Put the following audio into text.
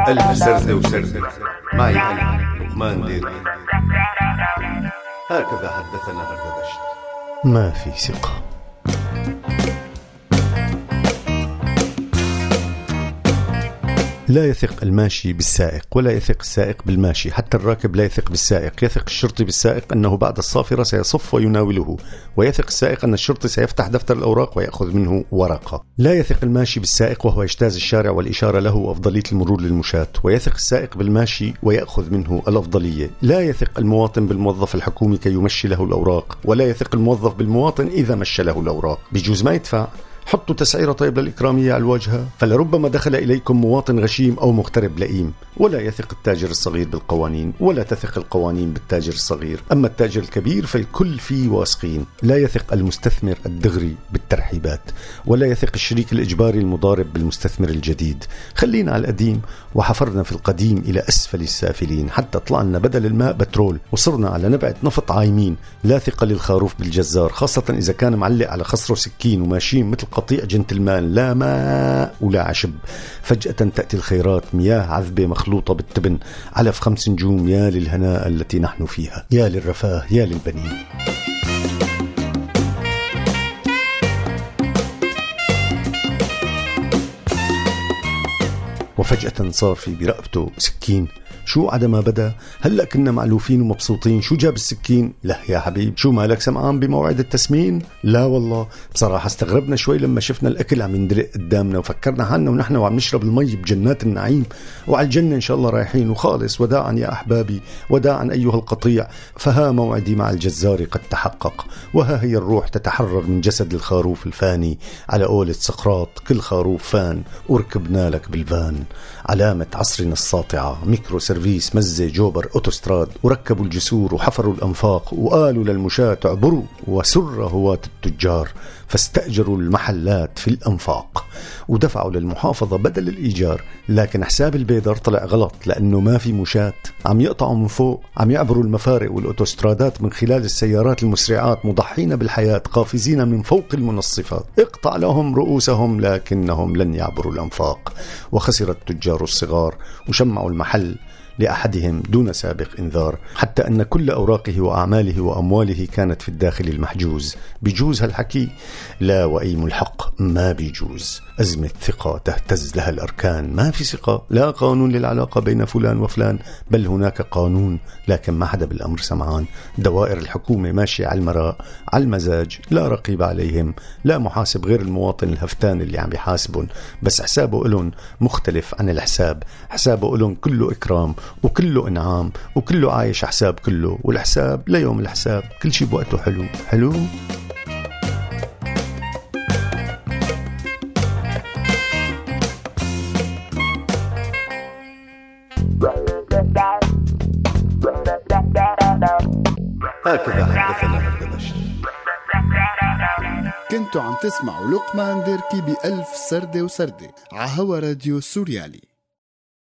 ألف سردة وسردة معي أنا لقمان ديري. هكذا حدثنا هردبشت. ما في ثقة. لا يثق الماشي بالسائق ولا يثق السائق بالماشي، حتى الراكب لا يثق بالسائق. يثق الشرطي بالسائق أنه بعد الصافرة سيصف ويناوله، ويثق السائق أن الشرطي سيفتح دفتر الأوراق ويأخذ منه ورقة. لا يثق الماشي بالسائق وهو يجتاز الشارع والإشارة له أفضلية المرور للمشاة، ويثق السائق بالماشي ويأخذ منه الأفضلية. لا يثق المواطن بالموظف الحكومي كي يمشي له الأوراق، ولا يثق الموظف بالمواطن إذا مشى له الأوراق. بيجوز ما يدفع، حطوا تسعيرة طيب للإكرامية على الواجهة، فلربما دخل إليكم مواطن غشيم أو مغترب لئيم. ولا يثق التاجر الصغير بالقوانين، ولا تثق القوانين بالتاجر الصغير. أما التاجر الكبير فالكل فيه واثقين. لا يثق المستثمر الدغري بالترحيبات، ولا يثق الشريك الإجباري المضارب بالمستثمر الجديد. خلينا على القديم، وحفرنا في القديم إلى أسفل السافلين حتى طلعنا بدل الماء بترول، وصرنا على نبعة نفط عايمين. لا ثقة للخروف بالجزار، خاصة إذا كان معلق على خصره سكين وماشيين مثل قطيع جنتلمان، لا ماء ولا عشب. فجأة تأتي الخيرات، مياه عذبة مخلوطة بالتبن، علف 5 نجوم. يا للهناء التي نحن فيها، يا للرفاه، يا للبنين. وفجأة صار في برقبته سكين. شو عدما بدا؟ هلأ كنا معلوفين ومبسوطين، شو جاب السكين؟ لا يا حبيب، شو مالك سمعان بموعد التسمين؟ لا والله، بصراحة استغربنا شوي لما شفنا الأكل عم يندلق قدامنا، وفكرنا حالنا ونحن وعم نشرب المي بجنات النعيم، وعلى الجنة إن شاء الله رايحين. وخالص وداعا يا أحبابي، وداعا أيها القطيع، فها موعدي مع الجزار قد تحقق، وها هي الروح تتحرر من جسد الخروف الفاني. على قولة سقراط، كل خروف فان وركبنا لك بالفان. علامة عصرنا الساطعة، ميكرو سيرفيس، مزة، جوبر، أوتوستراد. وركبوا الجسور وحفروا الأنفاق، وقالوا للمشاة اعبروا، وسر هواة التجار فاستأجروا المحلات في الأنفاق، ودفعوا للمحافظة بدل الإيجار. لكن حساب البيدر طلع غلط، لأنه ما في مشاة، عم يقطعوا من فوق، عم يعبروا المفارق والأوتوسترادات من خلال السيارات المسرعات، مضحين بالحياة، قافزين من فوق المنصفات. اقطع لهم رؤوسهم لكنهم لن يعبروا الأنفاق. وخسر التجار الصغار، وشمعوا المحل لأحدهم دون سابق إنذار، حتى أن كل أوراقه وأعماله وأمواله كانت في الداخل المحجوز. بيجوز هالحكي؟ لا، وأيم الحق ما بيجوز. أزمة ثقة تهتز لها الأركان. ما في ثقة، لا قانون للعلاقة بين فلان وفلان، بل هناك قانون لكن ما حدا بالأمر سمعان. دوائر الحكومة ماشية على المراء، على المزاج، لا رقيب عليهم، لا محاسب غير المواطن الهفتان اللي عم بيحاسبهم، بس حسابه إلهم مختلف عن الحساب. حسابه إلهم كله إكرام وكله إنعام وكله عايش حساب كله، والحساب ليوم الحساب كل شيء بوقته. حلو حلو. هكذا حدثنا هردبشت. كنتوا عم تسمعوا لقمان ديركي ب1000 سردة وسردة على هوا راديو سوريالي.